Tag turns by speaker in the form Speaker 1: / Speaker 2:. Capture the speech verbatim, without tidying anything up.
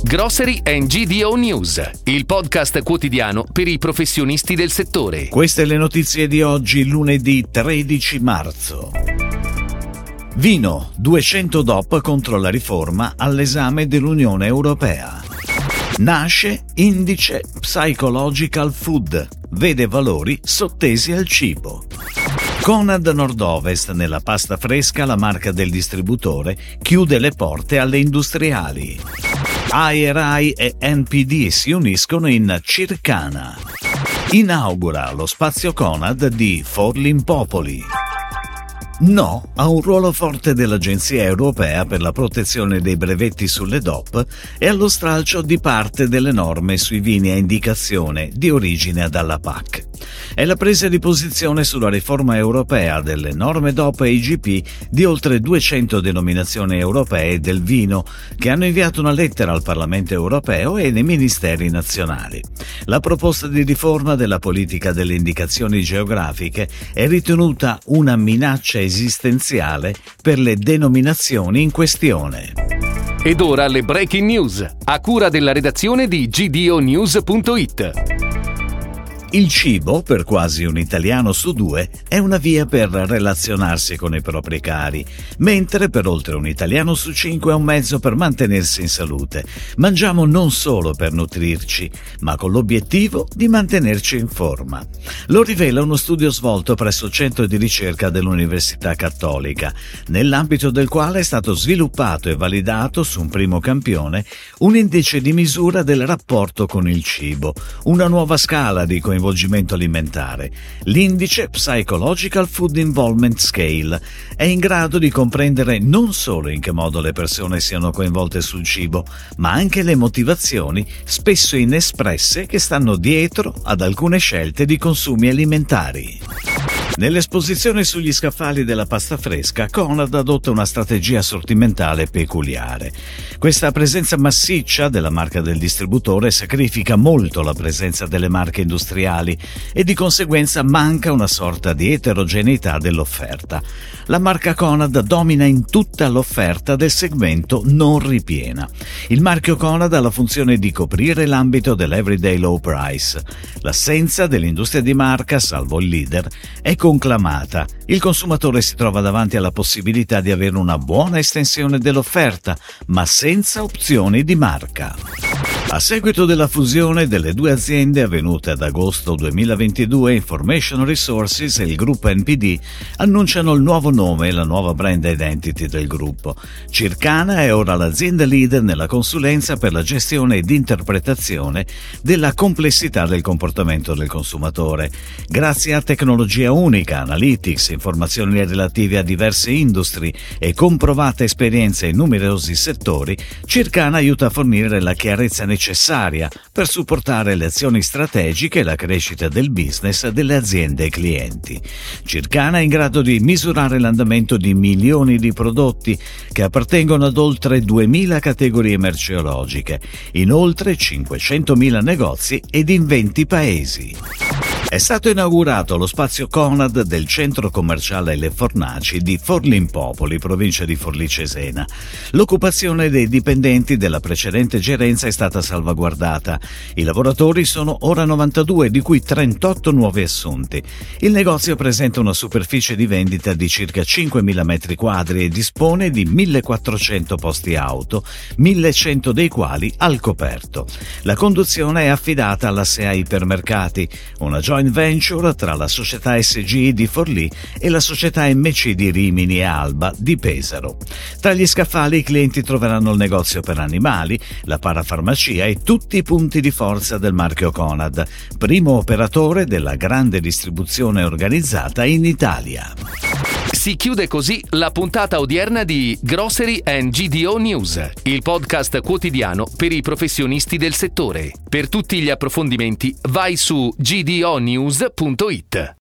Speaker 1: Grocery and G D O News, il podcast quotidiano per i professionisti del settore.
Speaker 2: Queste le notizie di oggi, lunedì tredici marzo. Vino, duecento D O P contro la riforma all'esame dell'Unione Europea. Nasce indice Psychological Food, vede valori sottesi al cibo. Conad Nord-Ovest, nella pasta fresca la marca del distributore, chiude le porte alle industriali. I R I e N P D si uniscono in Circana. Inaugura lo spazio Conad di Forlimpopoli. No a un ruolo forte dell'Agenzia Europea per la protezione dei brevetti sulle D O P e allo stralcio di parte delle norme sui vini a indicazione di origine dalla P A C. È la presa di posizione sulla riforma europea delle norme D O P e I G P di oltre duecento denominazioni europee del vino che hanno inviato una lettera al Parlamento europeo e nei ministeri nazionali. La proposta di riforma della politica delle indicazioni geografiche è ritenuta una minaccia esistenziale per le denominazioni in questione.
Speaker 1: Ed ora le breaking news, a cura della redazione di G D O News punto it.
Speaker 2: Il cibo, per quasi un italiano su due, è una via per relazionarsi con i propri cari, mentre per oltre un italiano su cinque è un mezzo per mantenersi in salute. Mangiamo non solo per nutrirci, ma con l'obiettivo di mantenerci in forma. Lo rivela uno studio svolto presso il centro di ricerca dell'Università Cattolica, nell'ambito del quale è stato sviluppato e validato su un primo campione un indice di misura del rapporto con il cibo, una nuova scala di coinvolgimento alimentare. L'indice Psychological Food Involvement Scale è in grado di comprendere non solo in che modo le persone siano coinvolte sul cibo, ma anche le motivazioni spesso inespresse che stanno dietro ad alcune scelte di consumi alimentari. Nell'esposizione sugli scaffali della pasta fresca, Conad adotta una strategia sortimentale peculiare. Questa presenza massiccia della marca del distributore sacrifica molto la presenza delle marche industriali e di conseguenza manca una sorta di eterogeneità dell'offerta. La marca Conad domina in tutta l'offerta del segmento non ripiena. Il marchio Conad ha la funzione di coprire l'ambito dell'everyday low price. L'assenza dell'industria di marca, salvo il leader, è conclamata. Il consumatore si trova davanti alla possibilità di avere una buona estensione dell'offerta, ma senza opzioni di marca. A seguito della fusione delle due aziende avvenuta ad agosto duemilaventidue, Information Resources e il gruppo N P D annunciano il nuovo nome e la nuova brand identity del gruppo. Circana è ora l'azienda leader nella consulenza per la gestione ed interpretazione della complessità del comportamento del consumatore. Grazie a tecnologia unica, analytics, informazioni relative a diverse industrie e comprovata esperienza in numerosi settori, Circana aiuta a fornire la chiarezza necessaria necessaria per supportare le azioni strategiche e la crescita del business delle aziende e clienti. Circana è in grado di misurare l'andamento di milioni di prodotti che appartengono ad oltre duemila categorie merceologiche, in oltre cinquecentomila negozi ed in venti paesi. È stato inaugurato lo spazio Conad del centro commerciale Le Fornaci di Forlimpopoli, provincia di Forlì Cesena. L'occupazione dei dipendenti della precedente gerenza è stata salvaguardata. I lavoratori sono ora novantadue, di cui trentotto nuovi assunti. Il negozio presenta una superficie di vendita di circa cinquemila metri quadri e dispone di millequattrocento posti auto, millecento dei quali al coperto. La conduzione è affidata alla S E A Ipermercati, una joint venture tra la società S G I di Forlì e la società M C di Rimini e Alba di Pesaro. Tra gli scaffali i clienti troveranno il negozio per animali, la parafarmacia e tutti i punti di forza del marchio Conad, primo operatore della grande distribuzione organizzata in Italia.
Speaker 1: Si chiude così la puntata odierna di Grocery and G D O News, il podcast quotidiano per i professionisti del settore. Per tutti gli approfondimenti vai su G D O News punto it.